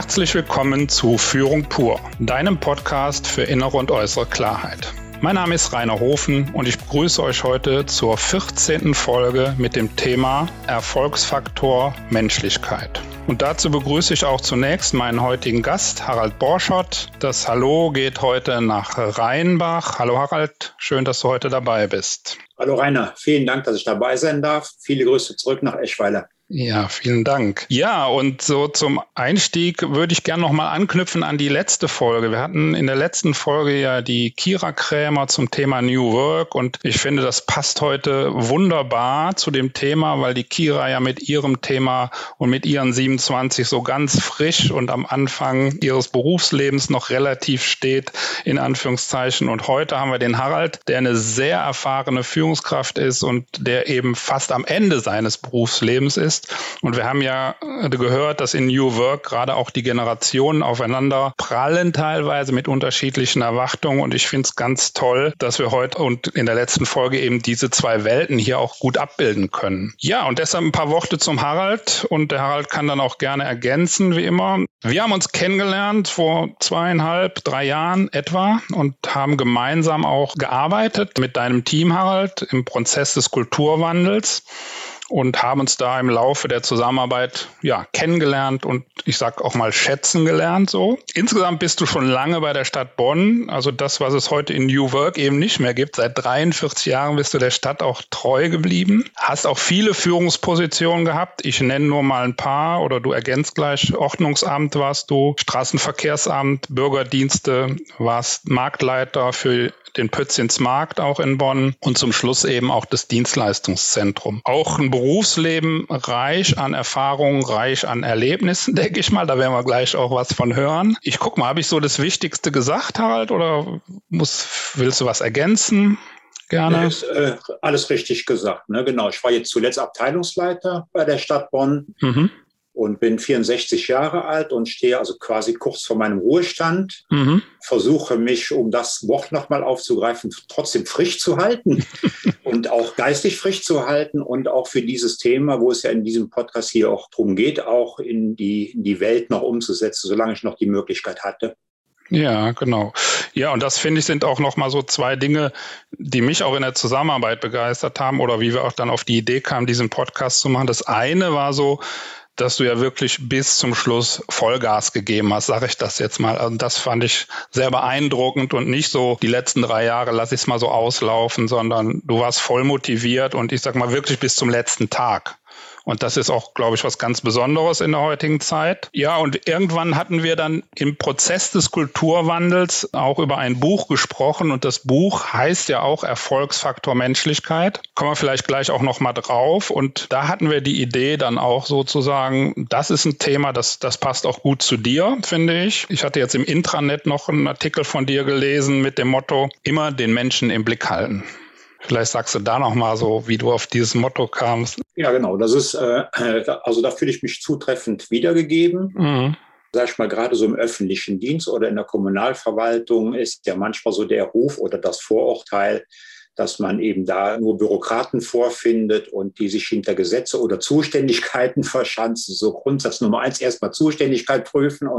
Herzlich willkommen zu Führung pur, deinem Podcast für innere und äußere Klarheit. Mein Name ist Rainer Hofen und ich begrüße euch heute zur 14. Folge mit dem Thema Erfolgsfaktor Menschlichkeit. Und dazu begrüße ich auch zunächst meinen heutigen Gast, Harald Borschott. Das Hallo geht heute nach Rheinbach. Hallo Harald, schön, dass du heute dabei bist. Hallo Rainer, vielen Dank, dass ich dabei sein darf. Viele Grüße zurück nach Eschweiler. Ja, vielen Dank. Ja, und so zum Einstieg würde ich gerne nochmal anknüpfen an die letzte Folge. Wir hatten in der letzten Folge ja die Kira Krämer zum Thema New Work und ich finde, das passt heute wunderbar zu dem Thema, weil die Kira ja mit ihrem Thema und mit ihren 27 so ganz frisch und am Anfang ihres Berufslebens noch relativ steht, in Anführungszeichen. Und heute haben wir den Harald, der eine sehr erfahrene Führungskraft ist und der eben fast am Ende seines Berufslebens ist. Und wir haben ja gehört, dass in New Work gerade auch die Generationen aufeinander prallen, teilweise mit unterschiedlichen Erwartungen. Und ich finde es ganz toll, dass wir heute und in der letzten Folge eben diese zwei Welten hier auch gut abbilden können. Ja, und deshalb ein paar Worte zum Harald. Und der Harald kann dann auch gerne ergänzen, wie immer. Wir haben uns kennengelernt vor 2,5, 3 Jahren etwa und haben gemeinsam auch gearbeitet mit deinem Team, Harald, im Prozess des Kulturwandels. Und haben uns da im Laufe der Zusammenarbeit kennengelernt und ich sag auch mal schätzen gelernt so. Insgesamt bist du schon lange bei der Stadt Bonn, also das, was es heute in New Work eben nicht mehr gibt. Seit 43 Jahren bist du der Stadt auch treu geblieben. Hast auch viele Führungspositionen gehabt. Ich nenne nur mal ein paar oder du ergänzt gleich. Ordnungsamt warst du, Straßenverkehrsamt, Bürgerdienste, warst Marktleiter für den Pötzchensmarkt auch in Bonn und zum Schluss eben auch das Dienstleistungszentrum. Auch ein Berufsleben reich an Erfahrungen, reich an Erlebnissen, denke ich mal. Da werden wir gleich auch was von hören. Ich guck mal, habe ich so das Wichtigste gesagt, Harald, oder willst du was ergänzen? Gerne. Ja, ist alles richtig gesagt, ne? Genau. Ich war jetzt zuletzt Abteilungsleiter bei der Stadt Bonn. Und bin 64 Jahre alt und stehe also quasi kurz vor meinem Ruhestand. Versuche mich, um das Wort nochmal aufzugreifen, trotzdem frisch zu halten und auch geistig frisch zu halten und auch für dieses Thema, wo es ja in diesem Podcast hier auch drum geht, auch in die Welt noch umzusetzen, solange ich noch die Möglichkeit hatte. Ja, genau. Ja, und das finde ich sind auch nochmal so zwei Dinge, die mich auch in der Zusammenarbeit begeistert haben oder wie wir auch dann auf die Idee kamen, diesen Podcast zu machen. Das eine war so, dass du ja wirklich bis zum Schluss Vollgas gegeben hast, sage ich das jetzt mal. Also das fand ich sehr beeindruckend und nicht so, die letzten 3 Jahre lass ich es mal so auslaufen, sondern du warst voll motiviert und ich sag mal wirklich bis zum letzten Tag. Und das ist auch, glaube ich, was ganz Besonderes in der heutigen Zeit. Ja, und irgendwann hatten wir dann im Prozess des Kulturwandels auch über ein Buch gesprochen. Und das Buch heißt ja auch Erfolgsfaktor Menschlichkeit. Kommen wir vielleicht gleich auch noch mal drauf. Und da hatten wir die Idee dann auch sozusagen, das ist ein Thema, das passt auch gut zu dir, finde ich. Ich hatte jetzt im Intranet noch einen Artikel von dir gelesen mit dem Motto, immer den Menschen im Blick halten. Vielleicht sagst du da noch mal so, wie du auf dieses Motto kamst. Ja, genau. Das ist, also da fühle ich mich zutreffend wiedergegeben. Sag ich mal, gerade so im öffentlichen Dienst oder in der Kommunalverwaltung ist ja manchmal so der Ruf oder das Vorurteil, dass man eben da nur Bürokraten vorfindet und die sich hinter Gesetze oder Zuständigkeiten verschanzen. So Grundsatz Nummer 1, erstmal Zuständigkeit prüfen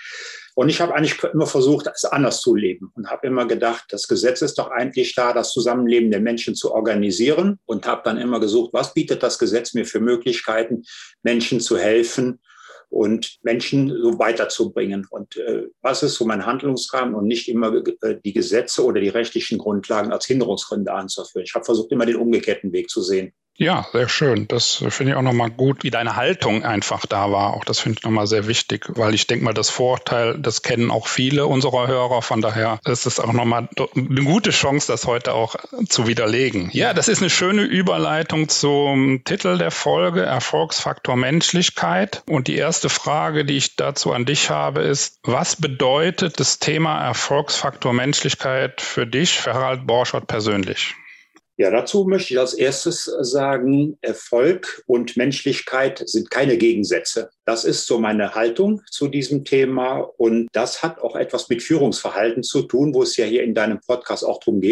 und ich habe eigentlich immer versucht, es anders zu leben und habe immer gedacht, das Gesetz ist doch eigentlich da, das Zusammenleben der Menschen zu organisieren und habe dann immer gesucht, was bietet das Gesetz mir für Möglichkeiten, Menschen zu helfen und Menschen so weiterzubringen und was ist so mein Handlungsrahmen und nicht immer die Gesetze oder die rechtlichen Grundlagen als Hinderungsgründe anzuführen. Ich habe versucht, immer den umgekehrten Weg zu sehen. Ja, sehr schön. Das finde ich auch nochmal gut, wie deine Haltung einfach da war. Auch das finde ich nochmal sehr wichtig, weil ich denke mal, das Vorurteil, das kennen auch viele unserer Hörer. Von daher ist es auch nochmal eine gute Chance, das heute auch zu widerlegen. Ja, das ist eine schöne Überleitung zum Titel der Folge, Erfolgsfaktor Menschlichkeit. Und die erste Frage, die ich dazu an dich habe, ist, was bedeutet das Thema Erfolgsfaktor Menschlichkeit für dich, für Harald Borschott persönlich? Ja, dazu möchte ich als erstes sagen, Erfolg und Menschlichkeit sind keine Gegensätze. Das ist so meine Haltung zu diesem Thema und das hat auch etwas mit Führungsverhalten zu tun, wo es ja hier in deinem Podcast auch drum geht.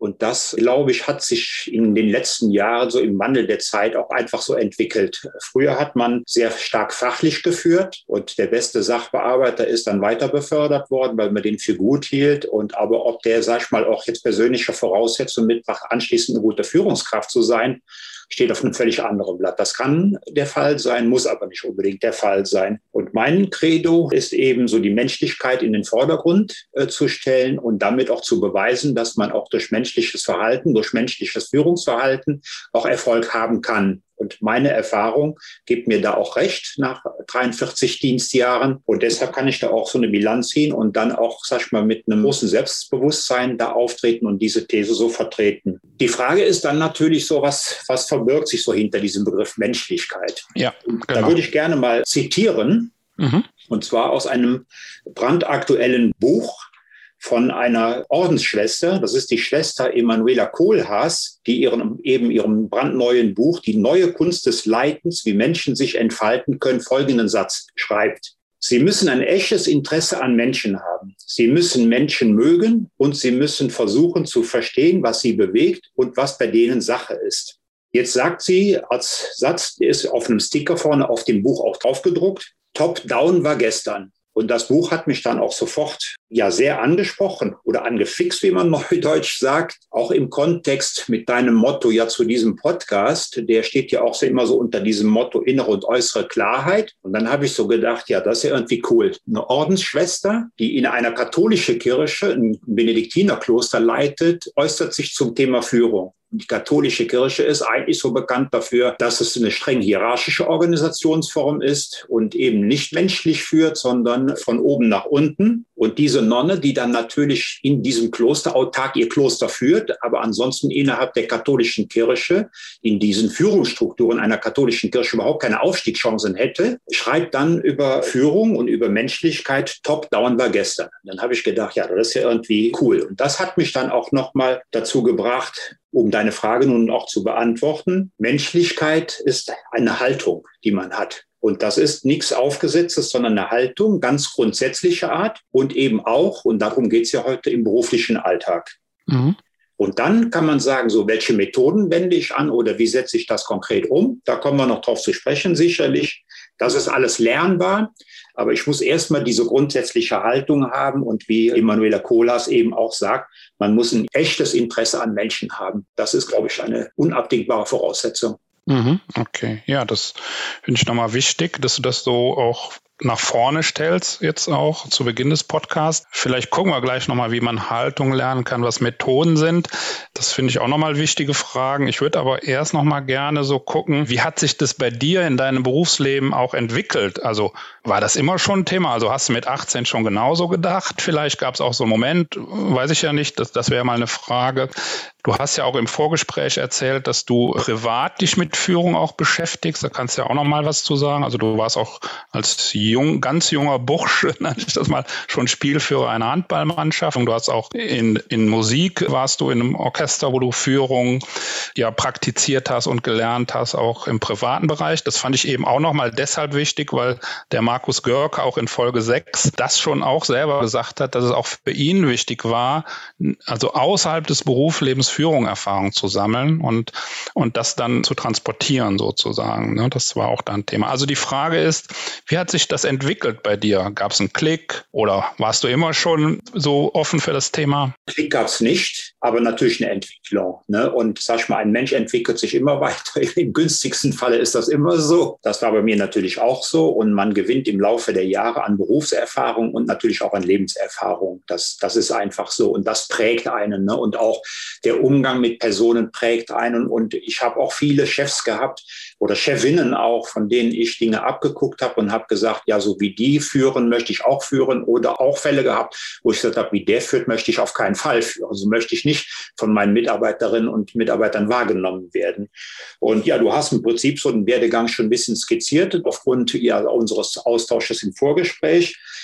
Und das, glaube ich, hat sich in den letzten Jahren so im Wandel der Zeit auch einfach so entwickelt. Früher hat man sehr stark fachlich geführt und der beste Sachbearbeiter ist dann weiter befördert worden, weil man den für gut hielt. Und aber ob der, sag ich mal, auch jetzt persönliche Voraussetzungen mitmacht, anschließend eine gute Führungskraft zu sein, steht auf einem völlig anderen Blatt. Das kann der Fall sein, muss aber nicht unbedingt der Fall sein. Und mein Credo ist eben so, die Menschlichkeit in den Vordergrund zu stellen und damit auch zu beweisen, dass man auch durch menschliches Verhalten, durch menschliches Führungsverhalten auch Erfolg haben kann. Und meine Erfahrung gibt mir da auch recht nach 43 Dienstjahren. Und deshalb kann ich da auch so eine Bilanz ziehen und dann auch, sag ich mal, mit einem großen Selbstbewusstsein da auftreten und diese These so vertreten. Die Frage ist dann natürlich so, was verbirgt sich so hinter diesem Begriff Menschlichkeit? Ja, genau. Da würde ich gerne mal zitieren, und zwar aus einem brandaktuellen Buch von einer Ordensschwester, das ist die Schwester Emanuela Kohlhaas, die ihrem brandneuen Buch Die neue Kunst des Leitens, wie Menschen sich entfalten können, folgenden Satz schreibt. Sie müssen ein echtes Interesse an Menschen haben. Sie müssen Menschen mögen und sie müssen versuchen zu verstehen, was sie bewegt und was bei denen Sache ist. Jetzt sagt sie als Satz, der ist auf einem Sticker vorne auf dem Buch auch draufgedruckt, Top-Down war gestern. Und das Buch hat mich dann auch sofort sehr angesprochen oder angefixt, wie man neudeutsch sagt. Auch im Kontext mit deinem Motto zu diesem Podcast, der steht ja auch immer so unter diesem Motto innere und äußere Klarheit. Und dann habe ich so gedacht, das ist ja irgendwie cool. Eine Ordensschwester, die in einer katholischen Kirche, ein Benediktinerkloster leitet, äußert sich zum Thema Führung. Die katholische Kirche ist eigentlich so bekannt dafür, dass es eine streng hierarchische Organisationsform ist und eben nicht menschlich führt, sondern von oben nach unten. Und diese Nonne, die dann natürlich in diesem Kloster autark ihr Kloster führt, aber ansonsten innerhalb der katholischen Kirche in diesen Führungsstrukturen einer katholischen Kirche überhaupt keine Aufstiegschancen hätte, schreibt dann über Führung und über Menschlichkeit, Top-Down war gestern. Dann habe ich gedacht, das ist ja irgendwie cool. Und das hat mich dann auch nochmal dazu gebracht, um deine Frage nun auch zu beantworten. Menschlichkeit ist eine Haltung, die man hat. Und das ist nichts Aufgesetztes, sondern eine Haltung ganz grundsätzlicher Art und eben auch, und darum geht es ja heute, im beruflichen Alltag. Und dann kann man sagen, so welche Methoden wende ich an oder wie setze ich das konkret um? Da kommen wir noch drauf zu sprechen, sicherlich. Das ist alles lernbar, aber ich muss erstmal diese grundsätzliche Haltung haben und wie Emanuela Kohlhaas eben auch sagt, man muss ein echtes Interesse an Menschen haben. Das ist, glaube ich, eine unabdingbare Voraussetzung. Okay, das finde ich nochmal wichtig, dass du das so auch nach vorne stellst, jetzt auch zu Beginn des Podcasts. Vielleicht gucken wir gleich nochmal, wie man Haltung lernen kann, was Methoden sind. Das finde ich auch nochmal wichtige Fragen. Ich würde aber erst nochmal gerne so gucken, wie hat sich das bei dir in deinem Berufsleben auch entwickelt? Also war das immer schon ein Thema? Also hast du mit 18 schon genauso gedacht? Vielleicht gab es auch so einen Moment, weiß ich ja nicht, das wäre mal eine Frage. Du hast ja auch im Vorgespräch erzählt, dass du privat dich mit Führung auch beschäftigst. Da kannst du ja auch noch mal was zu sagen. Also du warst auch als ganz junger Bursche, nenne ich das mal, schon Spielführer einer Handballmannschaft. Und du hast auch in Musik, warst du in einem Orchester, wo du Führung praktiziert hast und gelernt hast, auch im privaten Bereich. Das fand ich eben auch noch mal deshalb wichtig, weil der Markus Görke auch in Folge 6 das schon auch selber gesagt hat, dass es auch für ihn wichtig war, also außerhalb des Berufslebens Führung-Erfahrung zu sammeln und das dann zu transportieren sozusagen. Ne? Das war auch da ein Thema. Also die Frage ist, wie hat sich das entwickelt bei dir? Gab es einen Klick oder warst du immer schon so offen für das Thema? Klick gab es nicht, aber natürlich eine Entwicklung. Ne? Und sag ich mal, ein Mensch entwickelt sich immer weiter. Im günstigsten Falle ist das immer so. Das war bei mir natürlich auch so. Und man gewinnt im Laufe der Jahre an Berufserfahrung und natürlich auch an Lebenserfahrung. Das ist einfach so. Und das prägt einen. Ne? Und auch der Umgang mit Personen prägt einen. Und ich habe auch viele Chefs gehabt oder Chefinnen auch, von denen ich Dinge abgeguckt habe und habe gesagt, so wie die führen, möchte ich auch führen. Oder auch Fälle gehabt, wo ich gesagt habe, wie der führt, möchte ich auf keinen Fall führen. Also möchte ich nicht von meinen Mitarbeiterinnen und Mitarbeitern wahrgenommen werden. Und du hast im Prinzip so einen Werdegang schon ein bisschen skizziert, aufgrund unseres Austausches im Vorgespräch.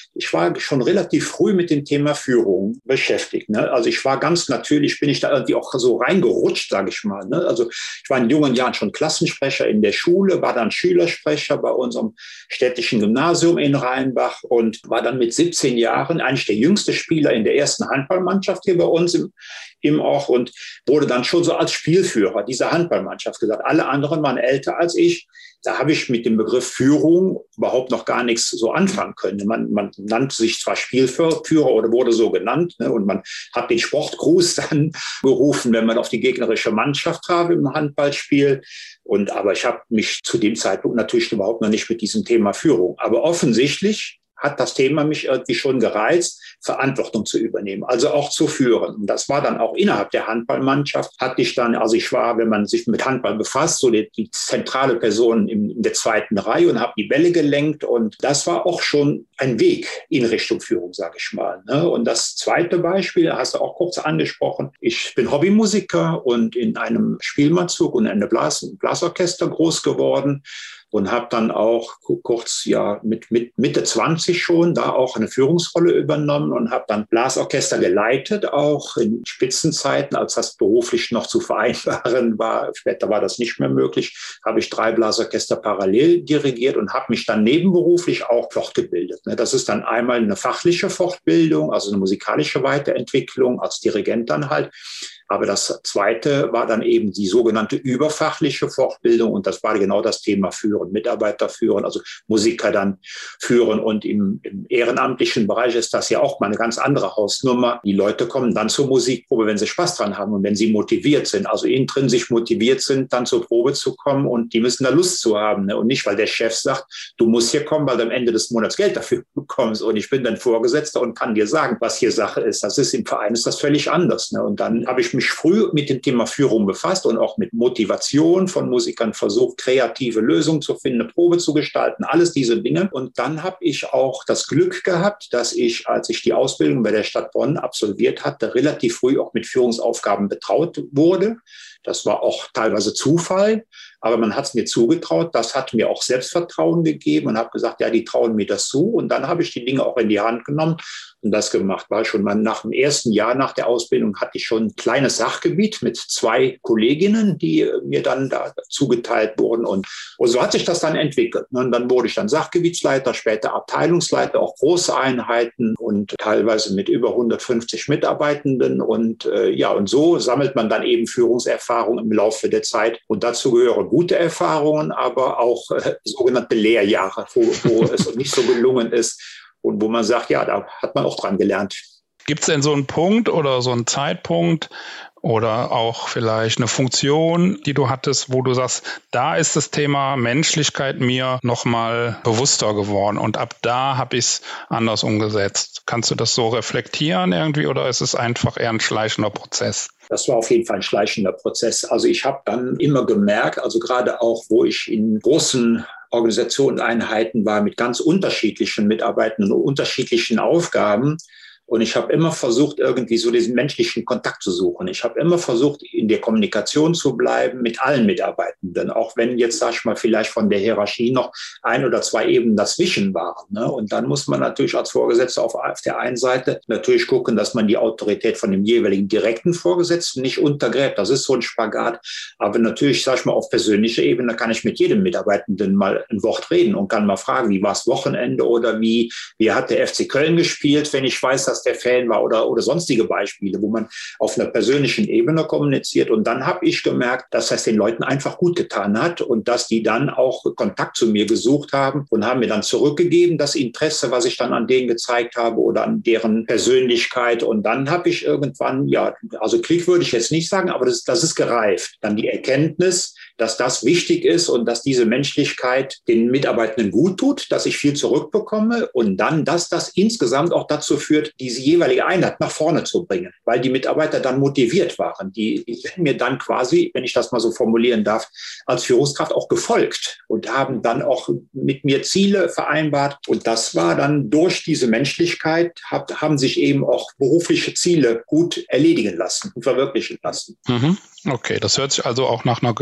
ich war schon relativ früh mit dem Thema Führung beschäftigt. Ne? Also ich war ganz natürlich, bin ich da irgendwie auch so reingerutscht, sage ich mal. Ne? Also ich war in jungen Jahren schon Klassensprecher in der Schule, war dann Schülersprecher bei unserem städtischen Gymnasium in Rheinbach und war dann mit 17 Jahren eigentlich der jüngste Spieler in der ersten Handballmannschaft hier bei uns im Ort und wurde dann schon so als Spielführer dieser Handballmannschaft gesagt. Alle anderen waren älter als ich. Da habe ich mit dem Begriff Führung überhaupt noch gar nichts so anfangen können. Man nannte sich zwar Spielführer oder wurde so genannt, ne, und man hat den Sportgruß dann gerufen, wenn man auf die gegnerische Mannschaft traf im Handballspiel. Aber ich habe mich zu dem Zeitpunkt natürlich überhaupt noch nicht mit diesem Thema Führung. Aber offensichtlich hat das Thema mich irgendwie schon gereizt, Verantwortung zu übernehmen, also auch zu führen. Und das war dann auch innerhalb der Handballmannschaft, hatte ich dann, also ich war, wenn man sich mit Handball befasst, so die zentrale Person in der zweiten Reihe und habe die Bälle gelenkt. Und das war auch schon ein Weg in Richtung Führung, sage ich mal. Ne? Und das zweite Beispiel, hast du auch kurz angesprochen, ich bin Hobbymusiker und in einem Spielmannszug und in einem Blasorchester groß geworden. Und habe dann auch kurz mit Mitte 20 schon da auch eine Führungsrolle übernommen und habe dann Blasorchester geleitet, auch in Spitzenzeiten, als das beruflich noch zu vereinbaren war. Später war das nicht mehr möglich, habe ich 3 Blasorchester parallel dirigiert und habe mich dann nebenberuflich auch fortgebildet. Das ist dann einmal eine fachliche Fortbildung, also eine musikalische Weiterentwicklung als Dirigent dann halt. Aber das Zweite war dann eben die sogenannte überfachliche Fortbildung und das war genau das Thema Führen, Mitarbeiter führen, also Musiker dann führen. Und im ehrenamtlichen Bereich ist das ja auch mal eine ganz andere Hausnummer. Die Leute kommen dann zur Musikprobe, wenn sie Spaß dran haben und wenn sie motiviert sind, also intrinsisch motiviert sind, dann zur Probe zu kommen und die müssen da Lust zu haben. Ne? Und nicht, weil der Chef sagt, du musst hier kommen, weil du am Ende des Monats Geld dafür bekommst und ich bin dann Vorgesetzter und kann dir sagen, was hier Sache ist. Das ist im Verein ist das völlig anders. Ne? Und dann habe ich mich früh mit dem Thema Führung befasst und auch mit Motivation von Musikern versucht, kreative Lösungen zu finden, eine Probe zu gestalten, alles diese Dinge. Und dann habe ich auch das Glück gehabt, dass ich, als ich die Ausbildung bei der Stadt Bonn absolviert hatte, relativ früh auch mit Führungsaufgaben betraut wurde. Das war auch teilweise Zufall, aber man hat es mir zugetraut. Das hat mir auch Selbstvertrauen gegeben und habe gesagt, ja, die trauen mir das zu. Und dann habe ich die Dinge auch in die Hand genommen und das gemacht. War schon mal nach dem ersten Jahr nach der Ausbildung hatte ich schon ein kleines Sachgebiet mit 2 Kolleginnen, die mir dann da zugeteilt wurden. Und so hat sich das dann entwickelt. Und dann wurde ich dann Sachgebietsleiter, später Abteilungsleiter, auch große Einheiten und teilweise mit über 150 Mitarbeitenden. Und und so sammelt man dann eben Führungserfahrung im Laufe der Zeit. Und dazu gehören gute Erfahrungen, aber auch sogenannte Lehrjahre, wo es nicht so gelungen ist. Und wo man sagt, ja, da hat man auch dran gelernt. Gibt es denn so einen Punkt oder so einen Zeitpunkt oder auch vielleicht eine Funktion, die du hattest, wo du sagst, da ist das Thema Menschlichkeit mir nochmal bewusster geworden und ab da habe ich es anders umgesetzt? Kannst du das so reflektieren irgendwie oder ist es einfach eher ein schleichender Prozess? Das war auf jeden Fall ein schleichender Prozess. Also ich habe dann immer gemerkt, also gerade auch, wo ich in großen Organisationseinheiten war mit ganz unterschiedlichen Mitarbeitenden und unterschiedlichen Aufgaben. Und ich habe immer versucht, irgendwie so diesen menschlichen Kontakt zu suchen. Ich habe immer versucht, in der Kommunikation zu bleiben mit allen Mitarbeitenden, auch wenn jetzt, sag ich mal, vielleicht von der Hierarchie noch 1 oder 2 Ebenen dazwischen waren. Ne? Und dann muss man natürlich als Vorgesetzter auf der einen Seite natürlich gucken, dass man die Autorität von dem jeweiligen direkten Vorgesetzten nicht untergräbt. Das ist so ein Spagat. Aber natürlich, sag ich mal, auf persönlicher Ebene kann ich mit jedem Mitarbeitenden mal ein Wort reden und kann mal fragen, wie war das Wochenende oder wie hat der FC Köln gespielt, wenn ich weiß, dass der Fan war oder sonstige Beispiele, wo man auf einer persönlichen Ebene kommuniziert. Und dann habe ich gemerkt, dass das den Leuten einfach gut getan hat und dass die dann auch Kontakt zu mir gesucht haben und haben mir dann zurückgegeben, das Interesse, was ich dann an denen gezeigt habe oder an deren Persönlichkeit. Und dann habe ich irgendwann, ja, also Klick würde ich jetzt nicht sagen, aber das ist gereift. Dann die Erkenntnis, dass das wichtig ist und dass diese Menschlichkeit den Mitarbeitenden gut tut, dass ich viel zurückbekomme und dann, dass das insgesamt auch dazu führt, diese jeweilige Einheit nach vorne zu bringen, weil die Mitarbeiter dann motiviert waren. Die sind mir dann quasi, wenn ich das mal so formulieren darf, als Führungskraft auch gefolgt und haben dann auch mit mir Ziele vereinbart. Und das war dann durch diese Menschlichkeit, haben sich eben auch berufliche Ziele gut erledigen lassen und verwirklichen lassen. Mhm. Okay, das hört sich also auch nach einer gewissen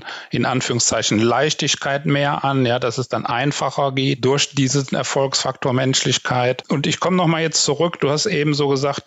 dann in Anführungszeichen Leichtigkeit mehr an, ja, dass es dann einfacher geht durch diesen Erfolgsfaktor Menschlichkeit. Und ich komme nochmal jetzt zurück, du hast eben so gesagt,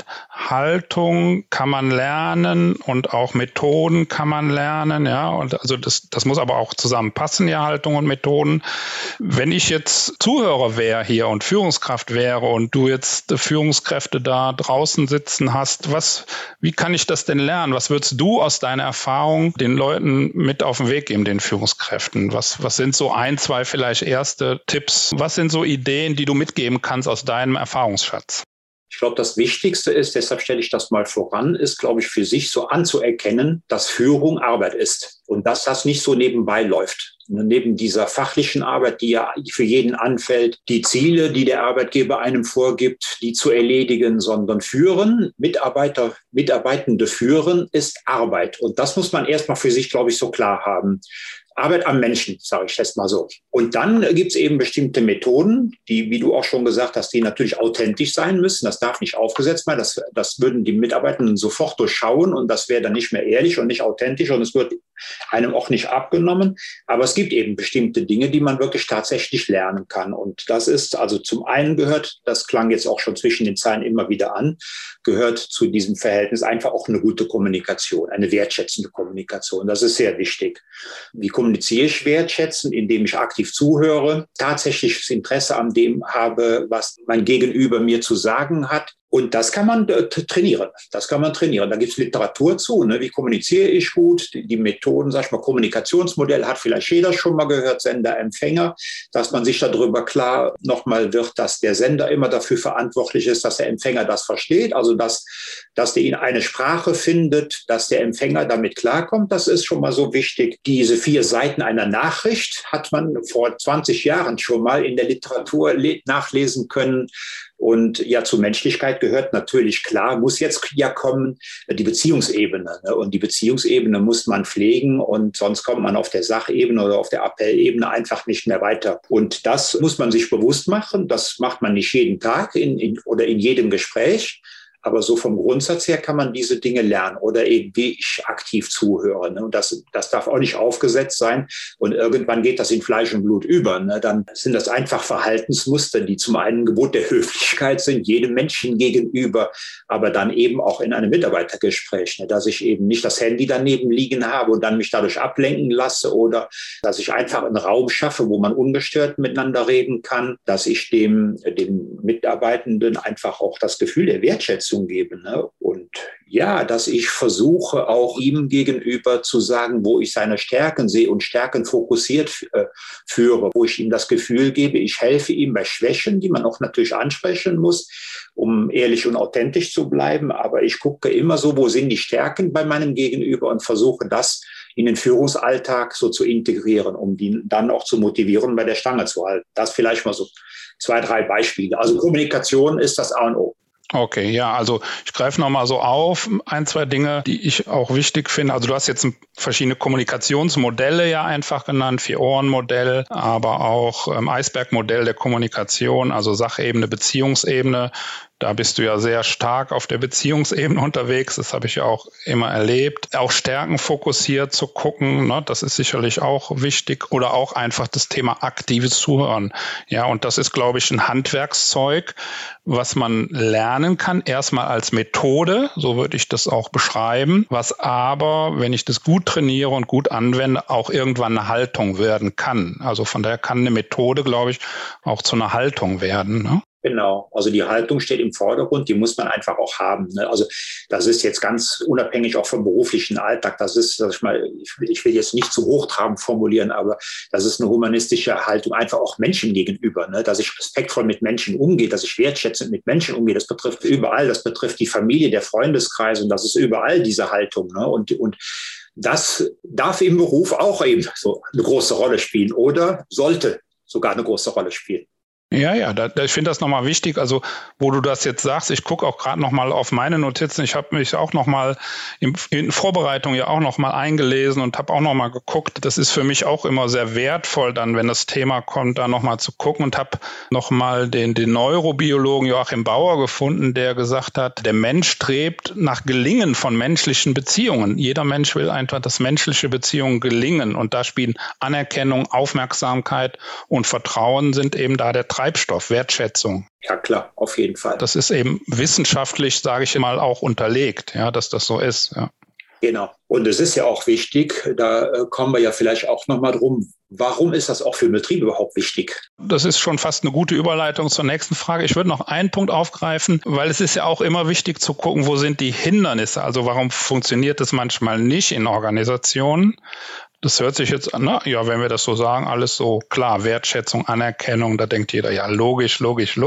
Haltung kann man lernen und auch Methoden kann man lernen, ja, und also das muss aber auch zusammenpassen, ja, Haltung und Methoden. Wenn ich jetzt Zuhörer wäre hier und Führungskraft wäre und du jetzt Führungskräfte da draußen sitzen hast, wie kann ich das denn lernen? Was würdest du aus deiner Erfahrung den Leuten mit auf den Weg geben, den Führungskräften? Was sind so ein, zwei vielleicht erste Tipps? Was sind so Ideen, die du mitgeben kannst aus deinem Erfahrungsschatz? Ich glaube, das Wichtigste ist, deshalb stelle ich das mal voran, ist, glaube ich, für sich so anzuerkennen, dass Führung Arbeit ist und dass das nicht so nebenbei läuft. Neben dieser fachlichen Arbeit, die ja für jeden anfällt, die Ziele, die der Arbeitgeber einem vorgibt, die zu erledigen, sondern führen, Mitarbeitende führen, ist Arbeit. Und das muss man erstmal für sich, glaube ich, so klar haben. Arbeit am Menschen, sage ich jetzt mal so. Und dann gibt es eben bestimmte Methoden, die, wie du auch schon gesagt hast, die natürlich authentisch sein müssen. Das darf nicht aufgesetzt sein. Das würden die Mitarbeitenden sofort durchschauen und das wäre dann nicht mehr ehrlich und nicht authentisch und es wird einem auch nicht abgenommen. Aber es gibt eben bestimmte Dinge, die man wirklich tatsächlich lernen kann. Und das ist also zum einen gehört, das klang jetzt auch schon zwischen den Zeilen immer wieder an, gehört zu diesem Verhältnis einfach auch eine gute Kommunikation, eine wertschätzende Kommunikation. Das ist sehr wichtig. Wie kommuniziere ich wertschätzend, indem ich aktiv zuhöre, tatsächliches Interesse an dem habe, was mein Gegenüber mir zu sagen hat. Und das kann man trainieren. Das kann man trainieren. Da gibt es Literatur zu. Ne? Wie kommuniziere ich gut? Die Methoden, sag ich mal, Kommunikationsmodell hat vielleicht jeder schon mal gehört, Sender, Empfänger, dass man sich darüber klar nochmal wird, dass der Sender immer dafür verantwortlich ist, dass der Empfänger das versteht. Also, dass der in eine Sprache findet, dass der Empfänger damit klarkommt. Das ist schon mal so wichtig. Diese 4 Seiten einer Nachricht hat man vor 20 Jahren schon mal in der Literatur nachlesen können. Und ja, zur Menschlichkeit gehört natürlich klar, muss jetzt ja kommen, die Beziehungsebene. Ne? Und die Beziehungsebene muss man pflegen und sonst kommt man auf der Sachebene oder auf der Appellebene einfach nicht mehr weiter. Und das muss man sich bewusst machen. Das macht man nicht jeden Tag oder in jedem Gespräch. Aber so vom Grundsatz her kann man diese Dinge lernen oder eben wie ich aktiv zuhöre. Ne? Und das darf auch nicht aufgesetzt sein. Und irgendwann geht das in Fleisch und Blut über. Ne? Dann sind das einfach Verhaltensmuster, die zum einen Gebot der Höflichkeit sind, jedem Menschen gegenüber, aber dann eben auch in einem Mitarbeitergespräch, ne? Dass ich eben nicht das Handy daneben liegen habe und dann mich dadurch ablenken lasse oder dass ich einfach einen Raum schaffe, wo man ungestört miteinander reden kann, dass ich dem Mitarbeitenden einfach auch das Gefühl der Wertschätzung gebe. Ne? Und ja, dass ich versuche, auch ihm gegenüber zu sagen, wo ich seine Stärken sehe und Stärken fokussiert führe, wo ich ihm das Gefühl gebe, ich helfe ihm bei Schwächen, die man auch natürlich ansprechen muss, um ehrlich und authentisch zu bleiben. Aber ich gucke immer so, wo sind die Stärken bei meinem Gegenüber und versuche das in den Führungsalltag so zu integrieren, um die dann auch zu motivieren, bei der Stange zu halten. Das vielleicht mal so 2, 3 Beispiele. Also Kommunikation ist das A und O. Okay, ja, also ich greife nochmal so auf, 1, 2 Dinge, die ich auch wichtig finde. Also du hast jetzt verschiedene Kommunikationsmodelle ja einfach genannt, 4-Ohren-Modell, aber auch Eisberg-Modell der Kommunikation, also Sachebene, Beziehungsebene. Da bist du ja sehr stark auf der Beziehungsebene unterwegs. Das habe ich ja auch immer erlebt. Auch stärkenfokussiert zu gucken, ne, das ist sicherlich auch wichtig. Oder auch einfach das Thema aktives Zuhören. Ja, und das ist, glaube ich, ein Handwerkszeug, was man lernen kann. Erstmal als Methode, so würde ich das auch beschreiben. Was aber, wenn ich das gut trainiere und gut anwende, auch irgendwann eine Haltung werden kann. Also von daher kann eine Methode, glaube ich, auch zu einer Haltung werden, ne? Genau, also die Haltung steht im Vordergrund, die muss man einfach auch haben. Ne? Also das ist jetzt ganz unabhängig auch vom beruflichen Alltag. Das ist, sag ich mal, ich will jetzt nicht zu hochtrabend formulieren, aber das ist eine humanistische Haltung, einfach auch Menschen gegenüber, ne? Dass ich respektvoll mit Menschen umgehe, dass ich wertschätzend mit Menschen umgehe. Das betrifft überall, das betrifft die Familie, der Freundeskreis und das ist überall diese Haltung. Ne? Und das darf im Beruf auch eben so eine große Rolle spielen oder sollte sogar eine große Rolle spielen. Ja, ich finde das nochmal wichtig. Also, wo du das jetzt sagst, ich gucke auch gerade nochmal auf meine Notizen. Ich habe mich auch nochmal in Vorbereitung ja auch nochmal eingelesen und habe auch nochmal geguckt. Das ist für mich auch immer sehr wertvoll, dann, wenn das Thema kommt, da nochmal zu gucken, und habe nochmal den Neurobiologen Joachim Bauer gefunden, der gesagt hat, der Mensch strebt nach Gelingen von menschlichen Beziehungen. Jeder Mensch will einfach, dass menschliche Beziehungen gelingen. Und da spielen Anerkennung, Aufmerksamkeit und Vertrauen sind eben da der Treibstoff, Wertschätzung. Ja, klar, auf jeden Fall. Das ist eben wissenschaftlich, sage ich mal, auch unterlegt, ja, dass das so ist. Ja. Genau. Und es ist ja auch wichtig, da kommen wir ja vielleicht auch nochmal drum, warum ist das auch für den Betrieb überhaupt wichtig? Das ist schon fast eine gute Überleitung zur nächsten Frage. Ich würde noch einen Punkt aufgreifen, weil es ist ja auch immer wichtig zu gucken, wo sind die Hindernisse? Also warum funktioniert es manchmal nicht in Organisationen? Das hört sich jetzt an, wenn wir das so sagen, alles so klar, Wertschätzung, Anerkennung, da denkt jeder, ja, logisch,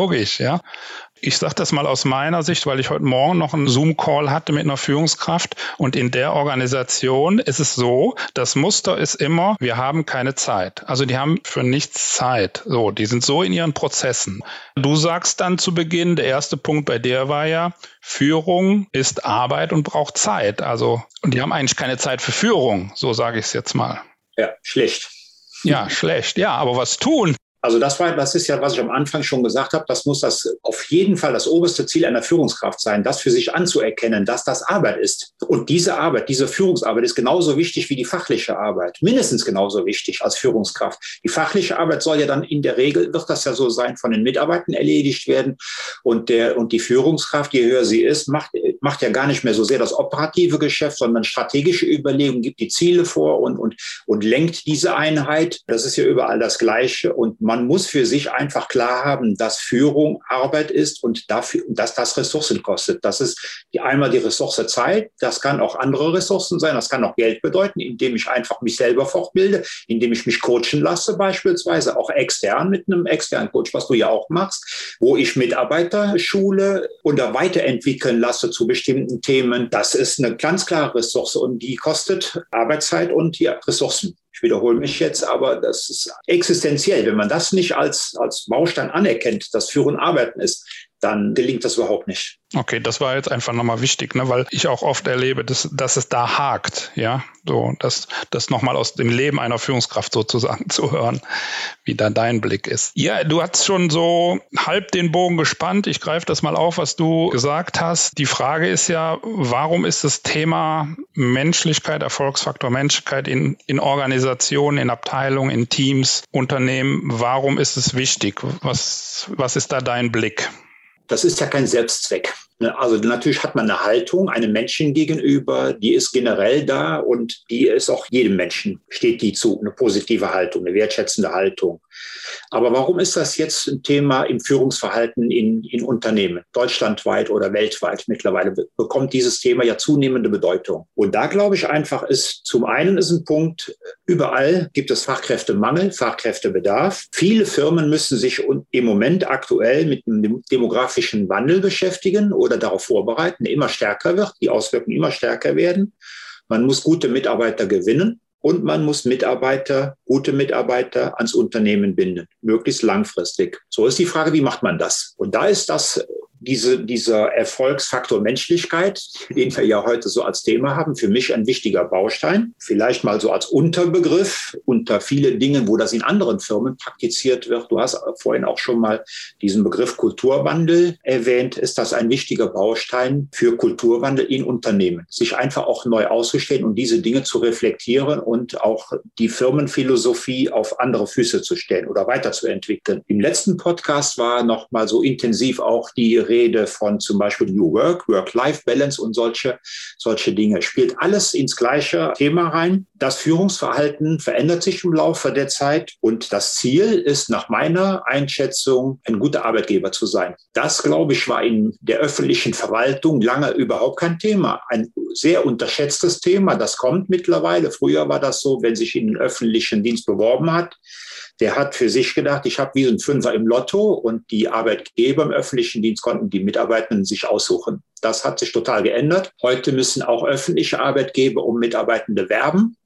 ja. Ich sage das mal aus meiner Sicht, weil ich heute Morgen noch einen Zoom-Call hatte mit einer Führungskraft, und in der Organisation ist es so, das Muster ist immer, wir haben keine Zeit. Also die haben für nichts Zeit. So, die sind so in ihren Prozessen. Du sagst dann zu Beginn, der erste Punkt bei dir war ja, Führung ist Arbeit und braucht Zeit. Also, und die haben eigentlich keine Zeit für Führung, so sage ich es jetzt mal. Ja, schlecht. Ja, schlecht. Ja, aber was tun? Also das ist ja, was ich am Anfang schon gesagt habe, das muss das auf jeden Fall das oberste Ziel einer Führungskraft sein, das für sich anzuerkennen, dass das Arbeit ist. Und diese Arbeit, diese Führungsarbeit ist genauso wichtig wie die fachliche Arbeit, mindestens genauso wichtig als Führungskraft. Die fachliche Arbeit soll ja dann in der Regel, wird das ja so sein, von den Mitarbeitern erledigt werden. Und die Führungskraft, je höher sie ist, macht ja gar nicht mehr so sehr das operative Geschäft, sondern strategische Überlegungen, gibt die Ziele vor und lenkt diese Einheit. Das ist ja überall das Gleiche. Und man muss für sich einfach klar haben, dass Führung Arbeit ist und dass das Ressourcen kostet. Das ist einmal die Ressource Zeit, das kann auch andere Ressourcen sein, das kann auch Geld bedeuten, indem ich einfach mich selber fortbilde, indem ich mich coachen lasse beispielsweise, auch extern mit einem externen Coach, was du ja auch machst, wo ich Mitarbeiter schule oder weiterentwickeln lasse zu bestimmten Themen. Das ist eine ganz klare Ressource und die kostet Arbeitszeit und ja, Ressourcen. Ich wiederhole mich jetzt, aber das ist existenziell. Wenn man das nicht als Baustein anerkennt, dass Führen Arbeiten ist, dann gelingt das überhaupt nicht. Okay, das war jetzt einfach nochmal wichtig, weil ich auch oft erlebe, dass es da hakt, ja, so, das nochmal aus dem Leben einer Führungskraft sozusagen zu hören, wie da dein Blick ist. Ja, du hast schon so halb den Bogen gespannt. Ich greife das mal auf, was du gesagt hast. Die Frage ist ja, warum ist das Thema Menschlichkeit, Erfolgsfaktor Menschlichkeit in Organisationen, in Abteilungen, in Teams, Unternehmen, warum ist es wichtig? Was ist da dein Blick? Das ist ja kein Selbstzweck. Also natürlich hat man eine Haltung einem Menschen gegenüber, die ist generell da und die ist auch jedem Menschen, steht die zu, eine positive Haltung, eine wertschätzende Haltung. Aber warum ist das jetzt ein Thema im Führungsverhalten in Unternehmen, deutschlandweit oder weltweit? Mittlerweile bekommt dieses Thema ja zunehmende Bedeutung. Und da glaube ich einfach, zum einen ist ein Punkt, überall gibt es Fachkräftemangel, Fachkräftebedarf. Viele Firmen müssen sich im Moment aktuell mit dem demografischen Wandel beschäftigen oder darauf vorbereiten, der immer stärker wird, die Auswirkungen immer stärker werden. Man muss gute Mitarbeiter gewinnen. Und man muss gute Mitarbeiter ans Unternehmen binden, möglichst langfristig. So ist die Frage, wie macht man das? Und da ist dieser Erfolgsfaktor Menschlichkeit, den wir ja heute so als Thema haben, für mich ein wichtiger Baustein. Vielleicht mal so als Unterbegriff unter viele Dinge, wo das in anderen Firmen praktiziert wird. Du hast vorhin auch schon mal diesen Begriff Kulturwandel erwähnt. Ist das ein wichtiger Baustein für Kulturwandel in Unternehmen? Sich einfach auch neu auszustellen und diese Dinge zu reflektieren und auch die Firmenphilosophie auf andere Füße zu stellen oder weiterzuentwickeln. Im letzten Podcast war noch mal so intensiv auch die Rede von zum Beispiel New Work, Work-Life-Balance und solche Dinge. Spielt alles ins gleiche Thema rein. Das Führungsverhalten verändert sich im Laufe der Zeit und das Ziel ist nach meiner Einschätzung, ein guter Arbeitgeber zu sein. Das, glaube ich, war in der öffentlichen Verwaltung lange überhaupt kein Thema. Ein sehr unterschätztes Thema. Das kommt mittlerweile. Früher war das so, wenn sich in den öffentlichen Dienst beworben hat, der hat für sich gedacht, ich habe wie so ein Fünfer im Lotto und die Arbeitgeber im öffentlichen Dienst konnten die Mitarbeitenden sich aussuchen. Das hat sich total geändert. Heute müssen auch öffentliche Arbeitgeber um Mitarbeitende werben.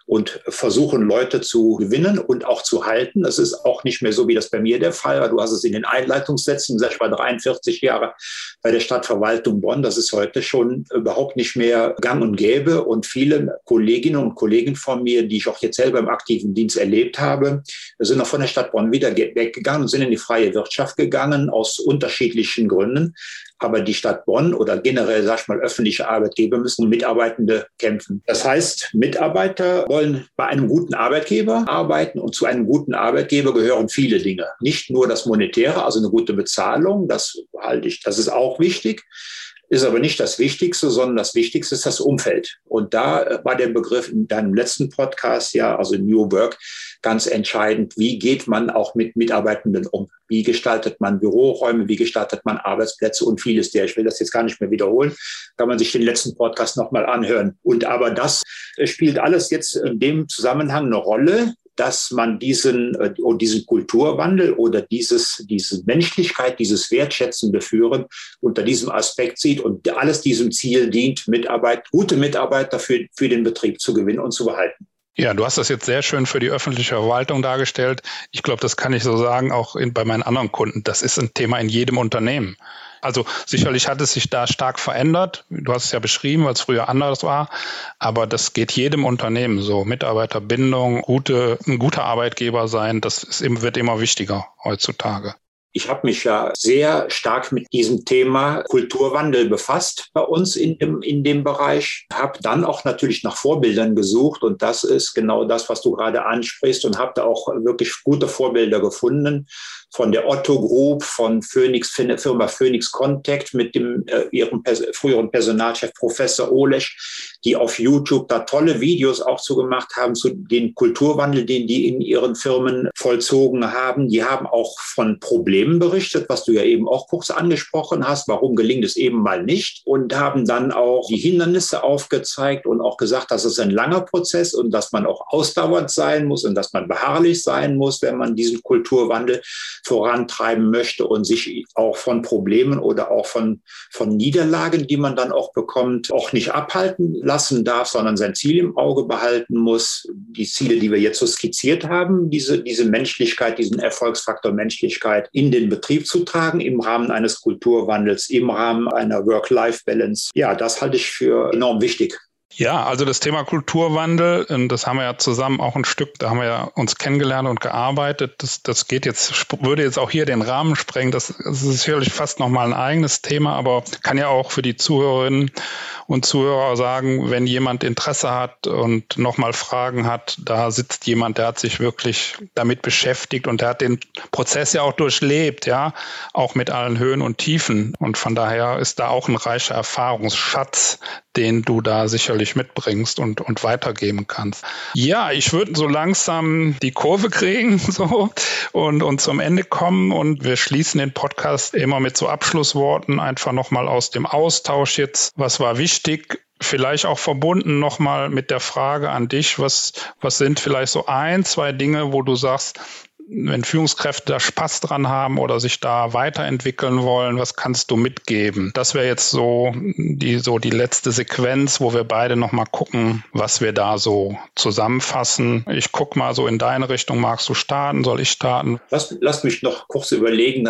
und versuchen, Leute zu gewinnen und auch zu halten. Das ist auch nicht mehr so, wie das bei mir der Fall war. Du hast es in den Einleitungssätzen, ich war 43 Jahre bei der Stadtverwaltung Bonn. Das ist heute schon überhaupt nicht mehr gang und gäbe. Und viele Kolleginnen und Kollegen von mir, die ich auch jetzt selber im aktiven Dienst erlebt habe, sind auch von der Stadt Bonn wieder weggegangen und sind in die freie Wirtschaft gegangen, aus unterschiedlichen Gründen. Aber die Stadt Bonn oder generell, sag ich mal, öffentliche Arbeitgeber müssen um Mitarbeitende kämpfen. Das heißt, Mitarbeiter wollen bei einem guten Arbeitgeber arbeiten und zu einem guten Arbeitgeber gehören viele Dinge. Nicht nur das Monetäre, also eine gute Bezahlung, das ist auch wichtig. Ist aber nicht das Wichtigste, sondern das Wichtigste ist das Umfeld. Und da war der Begriff in deinem letzten Podcast, ja, also New Work, ganz entscheidend. Wie geht man auch mit Mitarbeitenden um? Wie gestaltet man Büroräume? Wie gestaltet man Arbeitsplätze und vieles der? Ich will das jetzt gar nicht mehr wiederholen. Kann man sich den letzten Podcast nochmal anhören. Aber das spielt alles jetzt in dem Zusammenhang eine Rolle, dass man diesen Kulturwandel oder diese Menschlichkeit, dieses wertschätzende Führen unter diesem Aspekt sieht und alles diesem Ziel dient, gute Mitarbeiter für den Betrieb zu gewinnen und zu behalten. Ja, du hast das jetzt sehr schön für die öffentliche Verwaltung dargestellt. Ich glaube, das kann ich so sagen, auch bei meinen anderen Kunden. Das ist ein Thema in jedem Unternehmen. Also sicherlich hat es sich da stark verändert. Du hast es ja beschrieben, weil es früher anders war. Aber das geht jedem Unternehmen so. Mitarbeiterbindung, ein guter Arbeitgeber sein, wird immer wichtiger heutzutage. Ich habe mich ja sehr stark mit diesem Thema Kulturwandel befasst bei uns in dem Bereich. Habe dann auch natürlich nach Vorbildern gesucht und das ist genau das, was du gerade ansprichst und habe da auch wirklich gute Vorbilder gefunden. Von der Otto Group, von Firma Phoenix Contact mit ihrem früheren Personalchef Professor Olesch, die auf YouTube da tolle Videos auch zugemacht haben zu den Kulturwandel, den die in ihren Firmen vollzogen haben. Die haben auch von Problemen berichtet, was du ja eben auch kurz angesprochen hast. Warum gelingt es eben mal nicht? Und haben dann auch die Hindernisse aufgezeigt und auch gesagt, dass es ein langer Prozess und dass man auch ausdauernd sein muss und dass man beharrlich sein muss, wenn man diesen Kulturwandel vorantreiben möchte und sich auch von Problemen oder auch von Niederlagen, die man dann auch bekommt, auch nicht abhalten lassen darf, sondern sein Ziel im Auge behalten muss. Die Ziele, die wir jetzt so skizziert haben, diese Menschlichkeit, diesen Erfolgsfaktor Menschlichkeit in den Betrieb zu tragen, im Rahmen eines Kulturwandels, im Rahmen einer Work-Life-Balance. Ja, das halte ich für enorm wichtig. Ja, also das Thema Kulturwandel, das haben wir ja zusammen auch ein Stück, da haben wir ja uns kennengelernt und gearbeitet. Das würde jetzt auch hier den Rahmen sprengen. Das ist sicherlich fast nochmal ein eigenes Thema, aber kann ja auch für die Zuhörerinnen und Zuhörer sagen, wenn jemand Interesse hat und nochmal Fragen hat, da sitzt jemand, der hat sich wirklich damit beschäftigt und der hat den Prozess ja auch durchlebt, ja, auch mit allen Höhen und Tiefen. Und von daher ist da auch ein reicher Erfahrungsschatz, den du da sicherlich mitbringst und weitergeben kannst. Ja, ich würde so langsam die Kurve kriegen so und zum Ende kommen und wir schließen den Podcast immer mit so Abschlussworten, einfach nochmal aus dem Austausch jetzt. Was war wichtig? Vielleicht auch verbunden nochmal mit der Frage an dich, was sind vielleicht so 1-2 Dinge, wo du sagst, wenn Führungskräfte da Spaß dran haben oder sich da weiterentwickeln wollen, was kannst du mitgeben? Das wäre jetzt so die letzte Sequenz, wo wir beide nochmal gucken, was wir da so zusammenfassen. Ich gucke mal so in deine Richtung. Magst du starten? Soll ich starten? Lass mich noch kurz überlegen.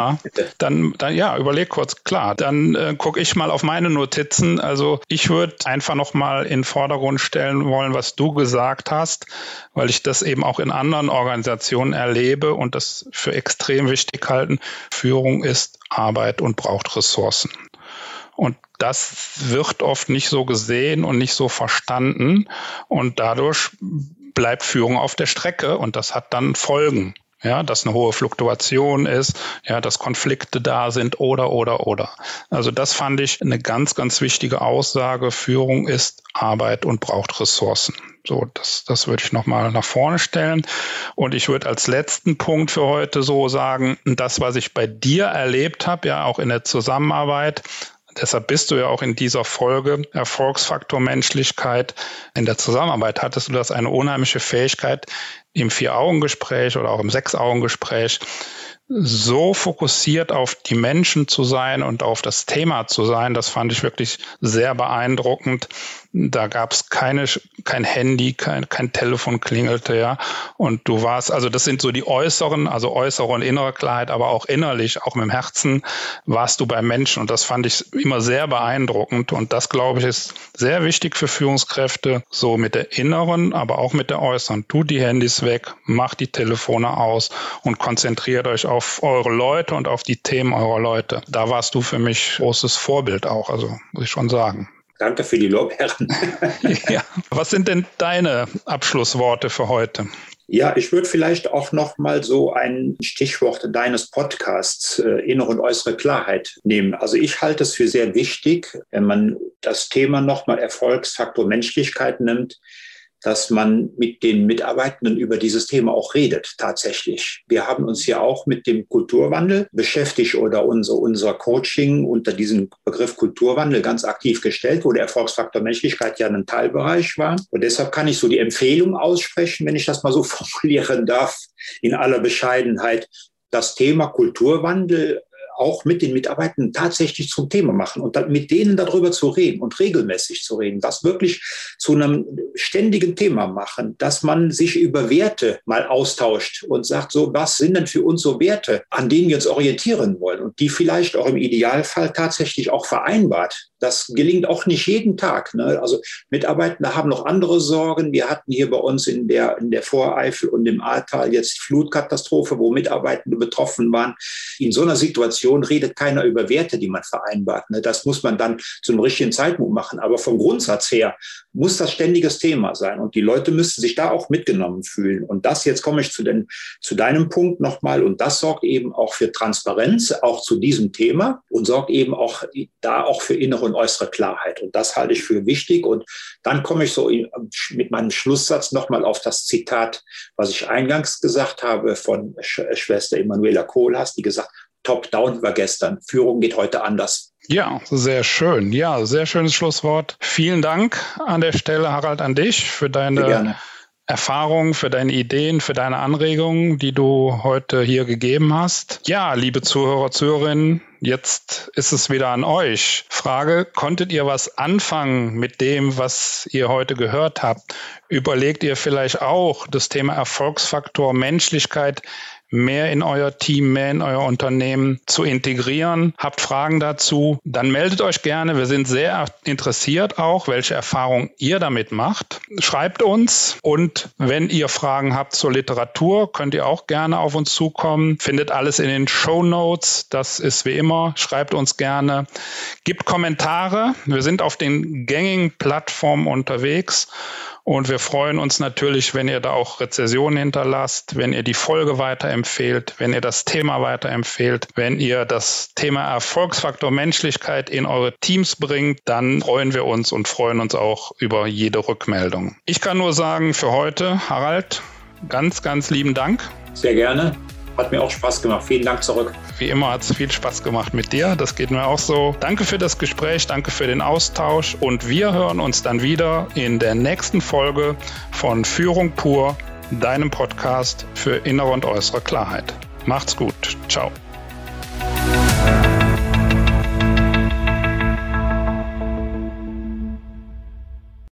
Dann überleg kurz. Klar, dann gucke ich mal auf meine Notizen. Also ich würde einfach nochmal in den Vordergrund stellen wollen, was du gesagt hast, weil ich das eben auch in anderen Organisationen erlebe und das für extrem wichtig halten. Führung ist Arbeit und braucht Ressourcen. Und das wird oft nicht so gesehen und nicht so verstanden. Und dadurch bleibt Führung auf der Strecke und das hat dann Folgen. Ja, dass eine hohe Fluktuation ist, ja, dass Konflikte da sind oder. Also das fand ich eine ganz, ganz wichtige Aussage. Führung ist Arbeit und braucht Ressourcen. So, das würde ich nochmal nach vorne stellen. Und ich würde als letzten Punkt für heute so sagen, das, was ich bei dir erlebt habe, ja auch in der Zusammenarbeit, deshalb bist du ja auch in dieser Folge Erfolgsfaktor Menschlichkeit. In der Zusammenarbeit hattest du das eine unheimliche Fähigkeit, im 4-Augen-Gespräch oder auch im 6-Augen-Gespräch so fokussiert auf die Menschen zu sein und auf das Thema zu sein, das fand ich wirklich sehr beeindruckend. Da gab es kein Handy, kein Telefon klingelte, ja. Und du warst, also das sind so die äußere und innere Klarheit, aber auch innerlich, auch mit dem Herzen warst du beim Menschen. Und das fand ich immer sehr beeindruckend. Und das, glaube ich, ist sehr wichtig für Führungskräfte, so mit der inneren, aber auch mit der äußeren. Tut die Handys weg, macht die Telefone aus und konzentriert euch auf eure Leute und auf die Themen eurer Leute. Da warst du für mich großes Vorbild auch, also muss ich schon sagen. Danke für die Lobherren. Ja. Was sind denn deine Abschlussworte für heute? Ja, ich würde vielleicht auch noch mal so ein Stichwort deines Podcasts, innere und äußere Klarheit, nehmen. Also ich halte es für sehr wichtig, wenn man das Thema noch mal Erfolgsfaktor Menschlichkeit nimmt, dass man mit den Mitarbeitenden über dieses Thema auch redet, tatsächlich. Wir haben uns ja auch mit dem Kulturwandel beschäftigt oder unser Coaching unter diesem Begriff Kulturwandel ganz aktiv gestellt, wo der Erfolgsfaktor Menschlichkeit ja ein Teilbereich war. Und deshalb kann ich so die Empfehlung aussprechen, wenn ich das mal so formulieren darf, in aller Bescheidenheit, das Thema Kulturwandel auch mit den Mitarbeitern tatsächlich zum Thema machen und dann mit denen darüber zu reden und regelmäßig zu reden, das wirklich zu einem ständigen Thema machen, dass man sich über Werte mal austauscht und sagt, so, was sind denn für uns so Werte, an denen wir uns orientieren wollen und die vielleicht auch im Idealfall tatsächlich auch vereinbart. Das gelingt auch nicht jeden Tag, ne? Also Mitarbeiter haben noch andere Sorgen. Wir hatten hier bei uns in der Voreifel und im Ahrtal jetzt Flutkatastrophe, wo Mitarbeitende betroffen waren. In so einer Situation redet keiner über Werte, die man vereinbart, ne? Das muss man dann zu einem richtigen Zeitpunkt machen. Aber vom Grundsatz her muss das ständiges Thema sein. Und die Leute müssen sich da auch mitgenommen fühlen. Und das, jetzt komme ich zu deinem Punkt nochmal. Und das sorgt eben auch für Transparenz, auch zu diesem Thema und sorgt eben auch da auch für innere und äußere Klarheit. Und das halte ich für wichtig. Und dann komme ich so mit meinem Schlusssatz nochmal auf das Zitat, was ich eingangs gesagt habe von Schwester Emanuela Kohlhaas, die gesagt, Top-down war gestern, Führung geht heute anders. Ja, sehr schön. Ja, sehr schönes Schlusswort. Vielen Dank an der Stelle, Harald, an dich für deine Erfahrungen, für deine Ideen, für deine Anregungen, die du heute hier gegeben hast. Ja, liebe Zuhörer, Zuhörerinnen, jetzt ist es wieder an euch. Frage, konntet ihr was anfangen mit dem, was ihr heute gehört habt? Überlegt ihr vielleicht auch das Thema Erfolgsfaktor Menschlichkeit mehr in euer Team, mehr in euer Unternehmen zu integrieren? Habt Fragen dazu? Dann meldet euch gerne. Wir sind sehr interessiert auch, welche Erfahrungen ihr damit macht. Schreibt uns und wenn ihr Fragen habt zur Literatur, könnt ihr auch gerne auf uns zukommen. Findet alles in den Shownotes. Das ist wie immer. Schreibt uns gerne. Gebt Kommentare. Wir sind auf den gängigen Plattformen unterwegs. Und wir freuen uns natürlich, wenn ihr da auch Rezensionen hinterlasst, wenn ihr die Folge weiterempfehlt, wenn ihr das Thema weiterempfehlt, wenn ihr das Thema Erfolgsfaktor Menschlichkeit in eure Teams bringt, dann freuen wir uns und freuen uns auch über jede Rückmeldung. Ich kann nur sagen, für heute, Harald, ganz, ganz lieben Dank. Sehr gerne. Hat mir auch Spaß gemacht. Vielen Dank zurück. Wie immer hat es viel Spaß gemacht mit dir. Das geht mir auch so. Danke für das Gespräch, danke für den Austausch und wir hören uns dann wieder in der nächsten Folge von Führung pur, deinem Podcast für innere und äußere Klarheit. Macht's gut. Ciao.